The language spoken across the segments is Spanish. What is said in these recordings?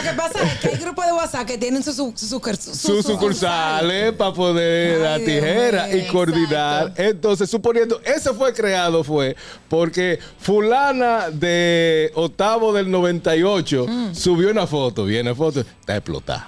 Lo que pasa es que hay grupos de WhatsApp que tienen sus sucursales para poder dar tijera y coordinar. Exacto. Entonces, suponiendo, ese fue creado porque fulana de octavo del 98 subió una foto, viene foto, está explotada.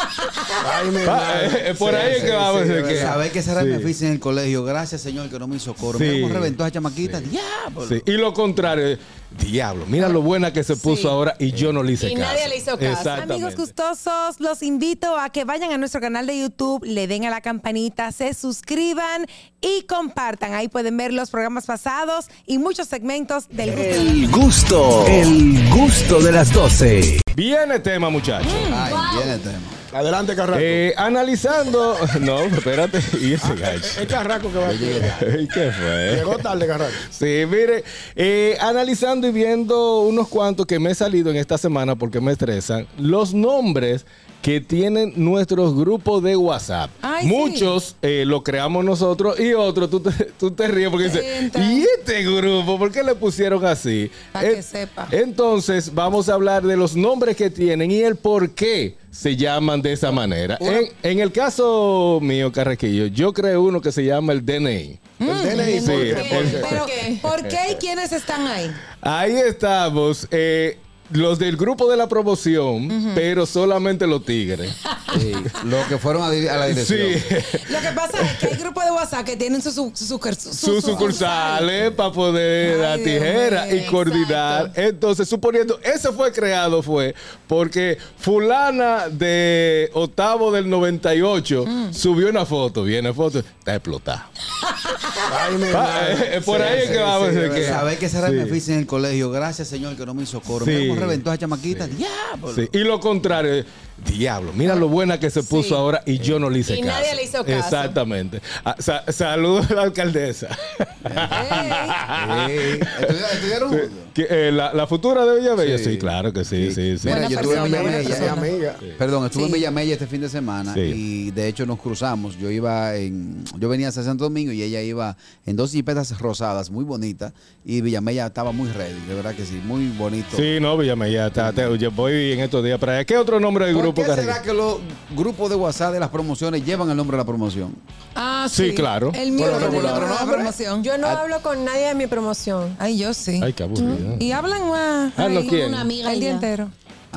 Por ahí es que vamos a decir que... ¿Sabes que será mi oficio en el colegio? Gracias, Señor, que no me hizo coro. Mira cómo reventó a esa chamaquita. Diablo. Sí. Y lo contrario, diablo, mira lo buena que se puso ahora y yo no le hice caso. Y nadie le hizo caso. Amigos gustosos, los invito a que vayan a nuestro canal de YouTube, le den a la campanita, se suscriban y compartan. Ahí pueden ver los programas pasados y muchos segmentos del gusto. El gusto de las 12. Viene tema, muchachos. Viene tema. Adelante, Carraco. Analizando... No, espérate. Y ese gacho. Es Carraco que va a llegar. ¿Y qué fue? Llegó tarde, Carraco. Sí, mire. Analizando y viendo unos cuantos que me he salido en esta semana porque me estresan. Los nombres que tienen nuestros grupos de WhatsApp. Ay, muchos lo creamos nosotros y otros tú te ríes porque dices, ¿y este grupo? ¿Por qué le pusieron así? Para que sepa. Entonces, vamos a hablar de los nombres que tienen y el por qué se llaman de esa manera. En el caso mío, Carraquillo, yo creé uno que se llama el DNI. El DNI, sí. ¿Por qué y quiénes están ahí? Ahí estamos. Los del grupo de la promoción, pero solamente los tigres. Los que fueron a la dirección. Sí. Lo que pasa es que hay grupos de WhatsApp que tienen sus sucursales para poder dar tijera y coordinar. Exacto. Entonces, suponiendo, ese fue creado porque fulana de octavo del 98 subió una foto, viene foto, está explotada. Por ahí es que vamos a decir que... ¿Sabes que será mi oficio en el colegio? Gracias, Señor, que no me hizo coro. Mira cómo reventó a esa chamaquita. Diablo. Sí. Y lo contrario, diablo, mira lo buena que se puso ahora y yo no le hice caso. Y nadie le hizo caso. Exactamente. Saludos a la alcaldesa. ¿Estudiaron? La futura de Villamella, sí, claro que sí. Mira, yo estuve en Villamella. Perdón, estuve en Villamella este fin de semana y de hecho nos cruzamos. Yo venía hacia Santo Domingo y ella iba en dos jipetas rosadas, muy bonitas, y Villamella estaba muy ready, de verdad que sí, muy bonito. Sí, no, Villamella, yo voy en estos días para allá. ¿Qué otro nombre del grupo? ¿Por qué será que los grupos de WhatsApp de las promociones llevan el nombre de la promoción? Sí, claro. El mío tiene el nombre de la promoción. Yo no hablo con nadie de mi promoción. Ay, yo sí. Ay, qué aburrido. Y hablan más. ¿Quién? Una amiga el día entero.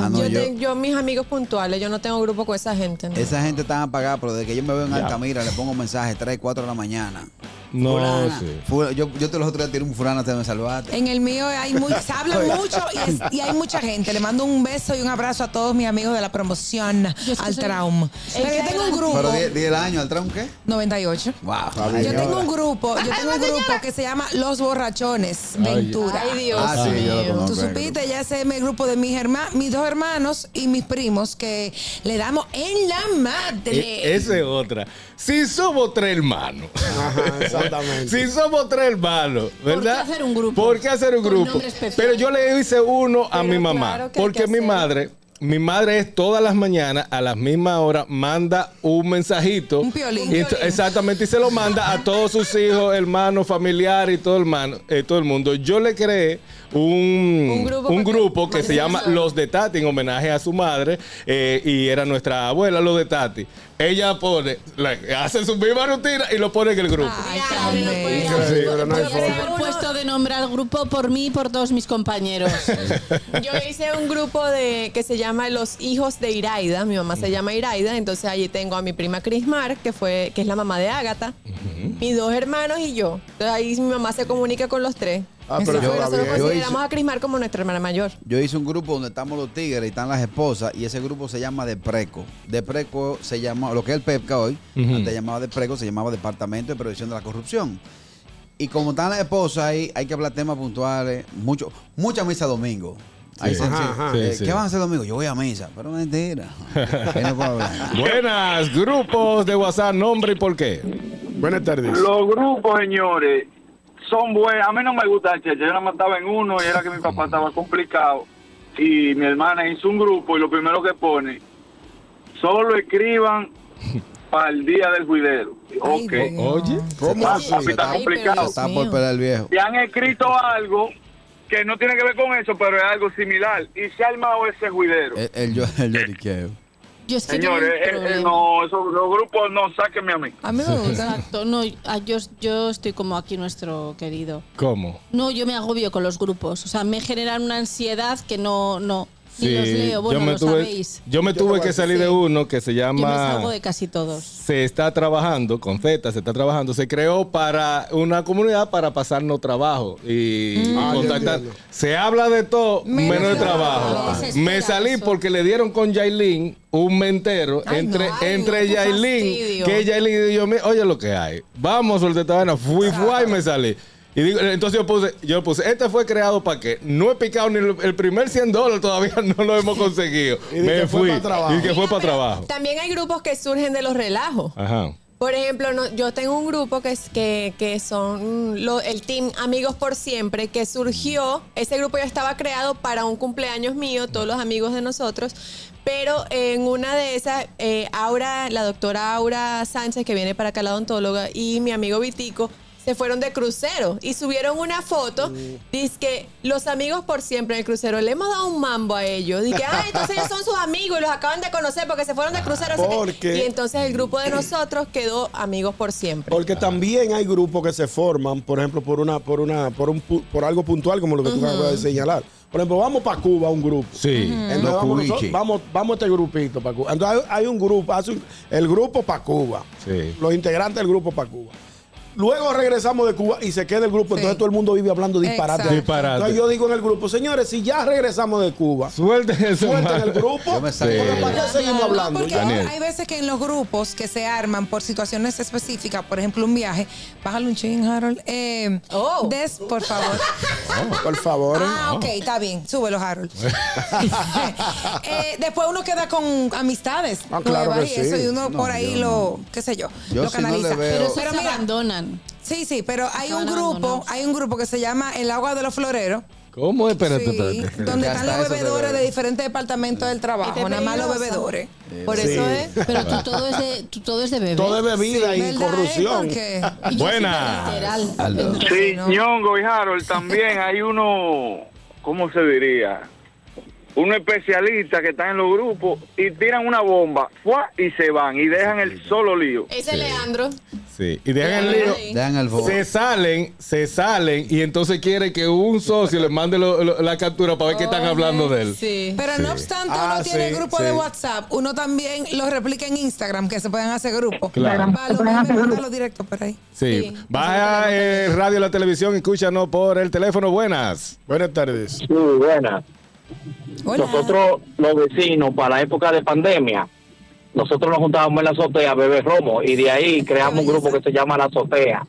Yo mis amigos puntuales, yo no tengo grupo con esa gente. ¿No? Esa gente está apagada, pero desde que yo me veo en Altamira le pongo mensajes 3, 4 de la mañana. No, fulana, sí. Yo te los otros días tiré un fulano, te me salvaste. En el mío se habla mucho y hay mucha gente. Le mando un beso y un abrazo a todos mis amigos de la promoción al Traum. Pero yo tengo un grupo. ¿Pero 10 años al Traum qué? 98. Wow. Yo tengo un grupo que se llama Los Borrachones Ventura. Ay, Dios. Sí, yo lo conozco. Tú supiste, ya ese es mi grupo de mis dos hermanos y mis primos que le damos en la madre. Esa es otra. Si somos 3 hermanos. Ajá, exactamente. Si somos 3 hermanos, ¿verdad? ¿Por qué hacer un grupo? ¿Por qué hacer un Con grupo? nombre especial. Pero yo le hice uno a mi mamá. Claro que hay porque que hacerlo. mi madre es todas las mañanas a las mismas horas manda un mensajito. Un piolín. Exactamente, y se lo manda a todos sus hijos, hermanos, familiares y todo el mundo. Yo le creé un grupo que se llama Los de Tati en homenaje a su madre y era nuestra abuela, Los de Tati. Ella hace su misma rutina y lo pone en el grupo. Ay, Increíble, no hay Podrías haber forma. puesto de nombre al grupo por mí y por todos mis compañeros. Yo hice un grupo que se llama Los Hijos de Iraida. Mi mamá se llama Iraida, entonces allí tengo a mi prima Crismar, que es la mamá de Ágata, mis 2 hermanos y yo. Entonces ahí mi mamá se comunica con los 3. Pero Nosotros Yo consideramos a Crismar como nuestra hermana mayor. Yo hice un grupo donde estamos los tigres y están las esposas y ese grupo se llama De Preco. De Preco se llama, lo que es el PEPCA hoy, antes llamaba De Preco, se llamaba Departamento de Prevención de la Corrupción. Y como están las esposas ahí, hay que hablar temas puntuales, mucha misa domingo. Ahí Sí. sí. ¿Qué van a hacer domingo? Yo voy a misa, pero mentira. Ahí no puedo hablar. Buenas, grupos de WhatsApp, nombre y por qué. Buenas tardes. Los grupos, señores, son buenos. A mí no me gusta el cheche. Yo nada más estaba en uno y era que mi papá estaba complicado. Y mi hermana hizo un grupo y lo primero que pone, solo escriban para el día del juidero. Ok. Oye, ¿Cómo así? Papi, está Ay, complicado. pero Está por pelar el viejo. Si han escrito algo, que no tiene que ver con eso, pero es algo similar. Y se ha armado ese juidero. El lloriqueo. Yo es que Señores, tengo un problema. no, los grupos no, sáquenme a mí. A mí me gusta. Exacto, no, yo estoy como aquí nuestro querido. ¿Cómo? No, yo me agobio con los grupos. O sea, me generan una ansiedad que no. Ni los leo, bueno, lo sabéis. Yo me tuve que salir de uno que se llama... Yo me salgo de casi todos. Se está trabajando, con Z, se está trabajando. Se creó para una comunidad para pasarnos trabajo y contactar. Se habla de todo, menos de trabajo. Me salí porque le dieron con Yailin un mentero entre Yailin, que Yailin y yo, oye lo que hay. Vamos, soltetana, fui y me salí. Y digo, entonces yo puse, este fue creado para qué. No he picado ni el primer $100, todavía no lo hemos conseguido. Me fui. Y que fue para trabajo. También hay grupos que surgen de los relajos. Ajá. Por ejemplo, yo tengo un grupo que son el team Amigos por Siempre, que surgió, ese grupo ya estaba creado para un cumpleaños mío, todos los amigos de nosotros, pero en una de esas, la doctora Aura Sánchez, que viene para acá, la odontóloga, y mi amigo Vitico, se fueron de crucero y subieron una foto. Dice que los amigos por siempre en el crucero, le hemos dado un mambo a ellos. Dice que, entonces ellos son sus amigos y los acaban de conocer porque se fueron de crucero. Y entonces el grupo de nosotros quedó amigos por siempre. Porque también hay grupos que se forman, por ejemplo, por algo puntual, como lo que tú acabas de señalar. Por ejemplo, vamos para Cuba, un grupo. Sí. Entonces vamos a este grupito para Cuba. Entonces hay un grupo, el grupo para Cuba. Sí. Los integrantes del grupo para Cuba. Luego regresamos de Cuba y se queda el grupo. Entonces todo el mundo vive hablando disparate. Entonces yo digo en el grupo, señores, si ya regresamos de Cuba, suelten el grupo. Yo me salgo de ¿Para qué seguimos hablando? Porque hay veces que en los grupos que se arman por situaciones específicas, por ejemplo, un viaje, bájale un ching, Harold. Por favor. Por favor. Ok, está bien. Súbelo, Harold. Después uno queda con amistades. Claro que y eso, y uno por ahí qué sé yo, lo canaliza. Pero Pero se abandonan. Sí, pero hay un grupo que se llama El Agua de los Floreros. ¿Cómo? Espérate. Donde están los bebedores de diferentes departamentos del trabajo, nada más los bebedores. Por eso es. Pero tú todo es de beber. Todo es bebida y corrupción. Buenas. Sí, Ñongo y Harold, también hay uno, ¿cómo se diría? Uno especialista que está en los grupos y tiran una bomba y se van y dejan el solo lío. Ese es Leandro. Sí, y dejan el lío. Dejan el bobo. Se salen y entonces quiere que un socio le mande la captura para ver qué están hablando de él. Sí. Pero no obstante, uno tiene el grupo de WhatsApp, uno también lo replica en Instagram, que se pueden hacer grupos. Claro. Mándalo directo por ahí. Sí. Baja radio la televisión, escúchanos por el teléfono. Buenas. Buenas tardes. Sí, buenas. Hola. Nosotros, los vecinos, para la época de pandemia, nosotros nos juntábamos en la azotea a beber romo y de ahí creamos un grupo que se llama La Azotea.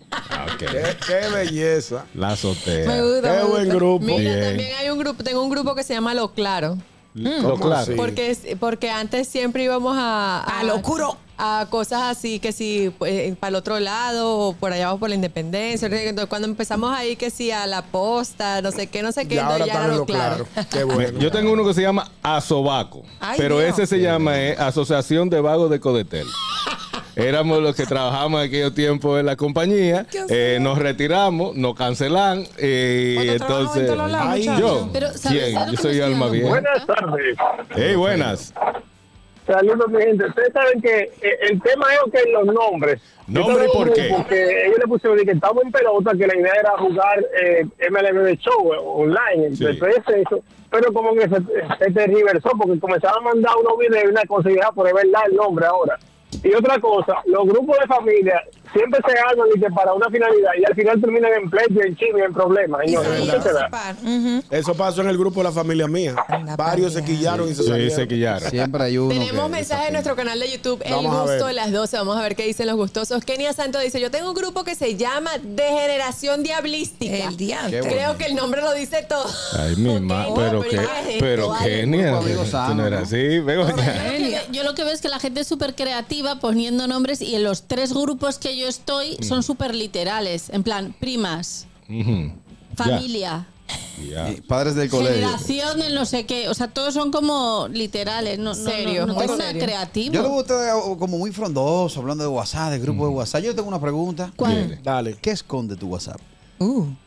Qué belleza. La azotea. Me gusta. Qué buen grupo. Mira, Bien. también hay un grupo, tengo un grupo que se llama Lo Claro. Claro. así? Porque antes siempre íbamos a lo oscuro. A cosas así, que si para el otro lado, o por allá abajo por la Independencia. Entonces, cuando empezamos ahí, que si a la posta, no sé qué, Y entonces ahora ya están era en Lo lo Claro. Qué bueno. Yo tengo uno que se llama Asobaco, Ay, pero Dios. ese se llama Asociación de Vagos de Codetel. Éramos los que trabajamos en aquellos tiempos en la compañía, nos retiramos, nos cancelan y ¿Cuánto trabajo en entonces... todos lados, muchachos? Yo, Pero, ¿sabes ¿quién? de lo Yo que soy me estoy Alma dando Bien. cuenta? Buenas tardes. Hey, buenas. Saludos, mi gente. Ustedes saben que el tema es que los nombres. ¿Nombre y por qué? Porque ellos le pusieron que estamos en pelota, que la idea era jugar MLB de show online. Sí. Entonces eso. Pero como que se tergiversó porque comenzaron a mandar unos videos y una cosa y ya por verdad el nombre ahora. Y otra cosa, los grupos de familia siempre se arman y que para una finalidad y al final terminan en pleito, en chisme, en problemas. Y Señores, se ¿qué se da? Eso pasó en el grupo de la familia mía. Anda, Varios se para allá. quillaron y se Sí, salieron. se quillaron. Siempre hay uno. Tenemos que mensajes en nuestro canal de YouTube, El Vamos a Gusto ver. de las 12. Vamos a ver qué dicen los gustosos. Kenia Santo dice, yo tengo un grupo que se llama Degeneración Diablística. El diante. Qué Creo que el nombre lo dice todo. Ay, mi madre, pero ¿qué qué, es esto? pero Vale. Kenia, Grupo Amigo tú Sano, no eras ¿no? así, Begoña. Yo lo que veo es que la gente es súper creativa poniendo nombres y en los 3 grupos que yo estoy son súper literales. En plan, primas, Ujú. familia, Ya. Y padres del colegio. generación, el no sé qué. O sea, todos son como literales. No, Serio, no muy tengo nada serio. creativo. Yo lo veo usted como muy frondoso, hablando de WhatsApp, de grupo de WhatsApp. Yo tengo una pregunta. ¿Cuál? Dale. ¿Qué esconde tu WhatsApp?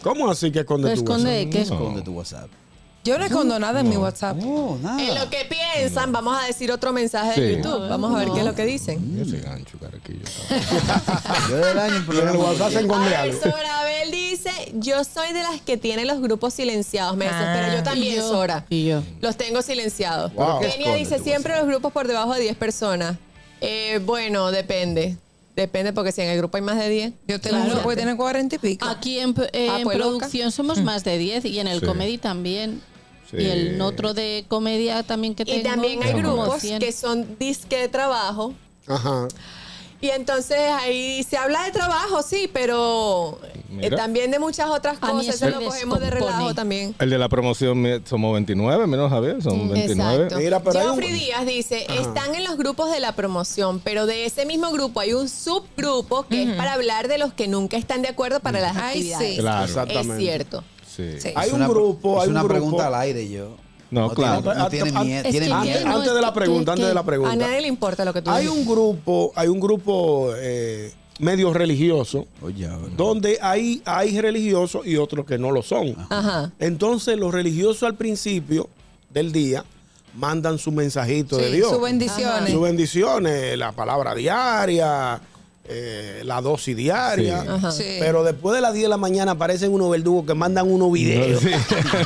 ¿Cómo así que esconde tu WhatsApp? ¿Qué esconde tu WhatsApp? Yo no escondo nada en mi WhatsApp. No, nada. En lo que piensan, vamos a decir otro mensaje de YouTube. Vamos a ver qué es lo que dicen. Ese gancho, caraquillo. Yo del año Pero el WhatsApp se esconde algo. Sorabel dice, yo soy de las que tiene los grupos silenciados. Me desespero. Yo también, Sora. Y yo. Los tengo silenciados. Wow. Kenia dice, siempre los grupos por debajo de 10 personas. Bueno, depende. Depende porque si en el grupo hay más de 10. Yo tengo un grupo que tiene 40 y pico. Aquí en producción somos más de 10 y en el comedy también. Sí. Y el otro de comedia también que tengo. Y también hay grupos que son disque de trabajo. Ajá. Y entonces ahí se habla de trabajo, sí, pero también de muchas otras cosas. Eso lo cogemos de relajo también. El de la promoción somos 29, menos Javier, son 29. Mira, Geoffrey Díaz dice, están en los grupos de la promoción, pero de ese mismo grupo hay un subgrupo que es para hablar de los que nunca están de acuerdo para las actividades. Sí. Claro. Exactamente. Es cierto. Sí. Sí. Hay un grupo. Es hay una un grupo. pregunta al aire, yo. No, claro. No tiene miedo. Es que Antes de la pregunta, A nadie le importa lo que tú Hay dices. un grupo medio religioso, donde hay religiosos y otros que no lo son. Ajá. Entonces, los religiosos al principio del día mandan su mensajito de Dios. Sus bendiciones. Sus bendiciones, la palabra diaria, la dosis diaria. Sí. Ajá. Sí. Pero después de las 10 de la mañana aparecen unos verdugos que mandan unos videos. Sí.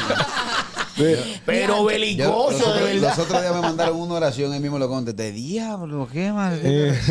Pero belicoso, de verdad. Los otros días me mandaron una oración, él mismo lo contesté. Diablo, qué mal.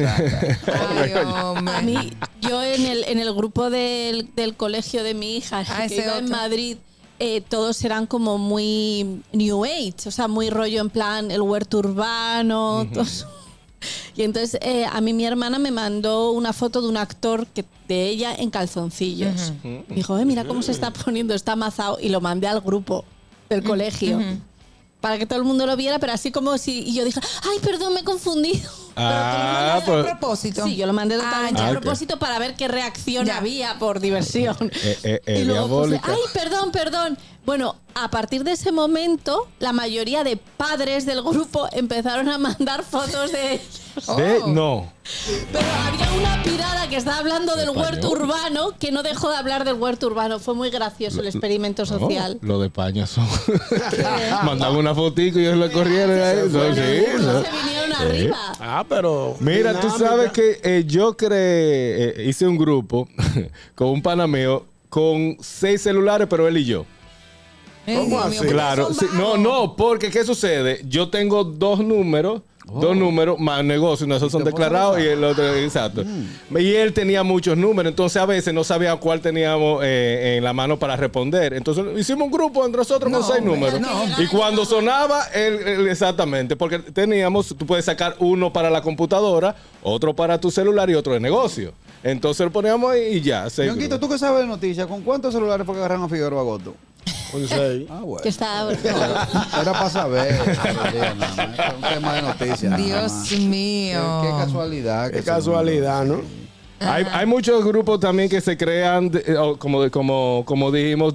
Ay, hombre. A mí, yo en el grupo del colegio de mi hija, que ese iba en otro. Madrid, todos eran como muy New Age, o sea, muy rollo en plan el huerto urbano. Todos. Y entonces a mí mi hermana me mandó una foto de un actor de ella en calzoncillos. Dijo, mira cómo se está poniendo, está amazado. Y lo mandé al grupo del colegio para que todo el mundo lo viera, pero así como si... Y yo dije, ay, perdón, me he confundido. ¿A propósito? Sí, yo lo mandé totalmente a ok. propósito para ver qué reacción había por diversión. Y luego puse, diabólica. ay, perdón. Bueno, a partir de ese momento, la mayoría de padres del grupo empezaron a mandar fotos de ellos. No. Pero había una pirada que estaba hablando del huerto urbano que no dejó de hablar del huerto urbano. Fue muy gracioso el experimento social. Lo de España son. Mandaban una fotico y ellos le corrieron a eso. Bueno, Sí, algunos ¿no? se vinieron arriba. Pero... Mira, tú dinámica. sabes que yo hice un grupo con un pana mío con 6 celulares, pero él y yo. ¿Cómo así? Claro, sí, no, porque ¿qué sucede? Yo tengo 2 números. 2 números más negocios, uno de esos son declarados y el otro, exacto. Y él tenía muchos números, entonces a veces no sabía cuál teníamos en la mano para responder. Entonces hicimos un grupo entre nosotros con 6 números. Y cuando sonaba, él exactamente, porque tú puedes sacar uno para la computadora, otro para tu celular y otro de negocio. Entonces lo poníamos ahí y ya. Ñonguito, ¿tú qué sabes de noticias? ¿Con cuántos celulares fue que agarraron a Figueroa Goto? Con 6. Ah, bueno. Que está... Era para saber. Es un tema de noticias. Dios mío. Qué casualidad. Qué casualidad, ¿no? Hay muchos grupos también que se crean, como dijimos,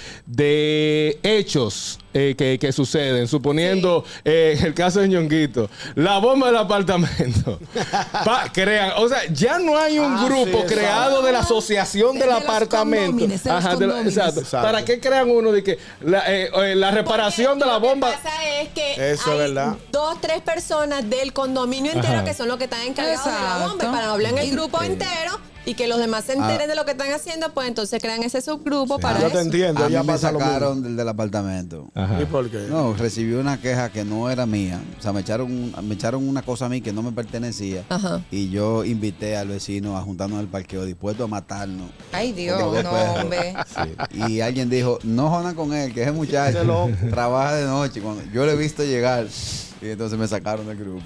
de hechos que suceden. Suponiendo el caso de Ñonguito, la bomba del apartamento. Crean, o sea, ya no hay un grupo creado de la asociación del apartamento. Exacto. ¿Para qué crean uno de que la reparación de la bomba? Lo que pasa es que Eso es hay verdad. 2, 3 personas del condominio entero que son los que están encargados de la bomba. Y para hablar en el grupo entero y que los demás se enteren de lo que están haciendo, pues entonces crean ese subgrupo para Yo eso. te entiendo, A mí ya me pasa lo mismo. sacaron del apartamento. Ajá. ¿Y por qué? No, recibí una queja que no era mía. O sea, me echaron una cosa a mí que no me pertenecía. Ajá. Y yo invité al vecino a juntarnos al parqueo dispuesto a matarnos. Ay, Dios, Porque no, después- hombre. Sí. Y alguien dijo, no jodan con él, que ese muchacho trabaja de noche. Cuando yo lo he visto llegar, y entonces me sacaron del grupo.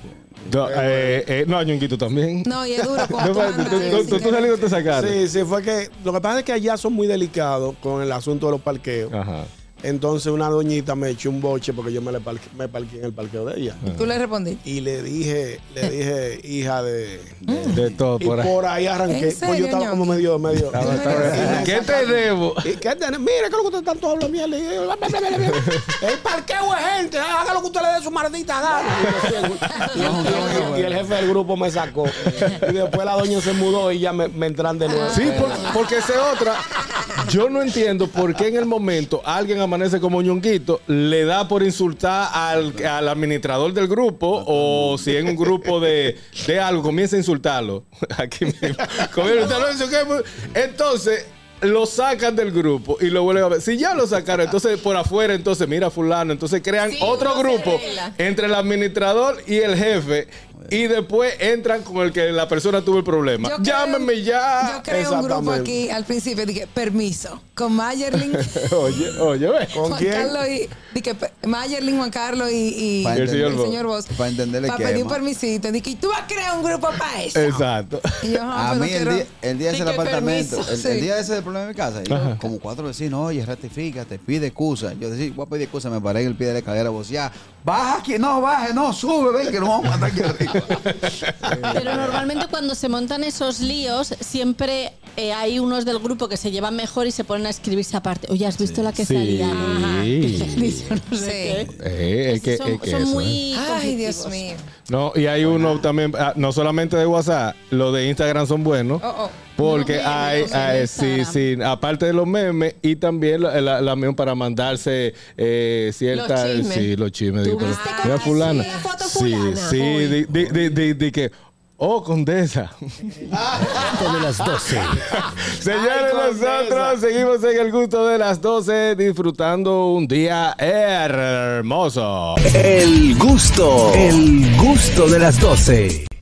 No, Ñonguito también. No, y es duro cuando tú mandas Tú salido te sacaron. Sí, fue que... Lo que pasa es que allá son muy delicados con el asunto de los parqueos. Ajá. Entonces una doñita me echó un boche porque yo me parqué en el parqueo de ella. Tú le respondiste. Y le dije, hija de todo y por ahí. por ahí arranqué. ¿En Pues yo serio, estaba como Ñonguito? medio. ¿Qué te debo? ¿Y qué tenés? Mira, que lo que ustedes están todos hablando mierda. Y yo, el parqueo es gente, haga lo que usted le dé su maldita gana. Y el jefe del grupo me sacó. Y después la doña se mudó y ya me entran de nuevo. Sí, porque esa es otra. yo no entiendo por qué en el momento alguien amanece como Ñonguito, le da por insultar al administrador del grupo, o si en un grupo de algo, comienza a insultarlo. Aquí mismo. Entonces, lo sacan del grupo y lo vuelven a ver. Si ya lo sacaron, entonces por afuera, entonces mira fulano, entonces crean otro grupo entre el administrador y el jefe. Y después entran con el que la persona tuvo el problema. Llámenme ya. Yo creo un grupo aquí al principio. Dije, permiso. Con Mayerlin. oye, ve. ¿Con Juan quién? Carlos dije, Mayerlin, Juan Carlos y el señor Bosch. Para entenderle que. Para pedir un permisito. Dije, ¿tú vas a crear un grupo para eso? Exacto. Y yo, A mí el día ese del apartamento, el día ese del problema de mi casa, yo, como 4 vecinos, oye, rectifícate, pide excusa. Yo decía, voy a pedir excusa, me paré en el pie de la escalera, vos ya, baja aquí, no, baje, no, sube, ven que nos vamos a matar aquí arriba. Pero normalmente cuando se montan esos líos, siempre hay unos del grupo que se llevan mejor y se ponen a escribirse aparte. Oye, ¿has visto la que salía? Son muy... Ay, Dios mío. No, y hay uno también, no solamente de WhatsApp, los de Instagram son buenos. Porque sí, aparte de los memes y también la memes para mandarse ciertas... Los chismes. Mira fulana. Sí, di que... Oh, condesa. De las 12. Señores, nosotros seguimos en el gusto de las 12, disfrutando un día hermoso. El gusto de las 12.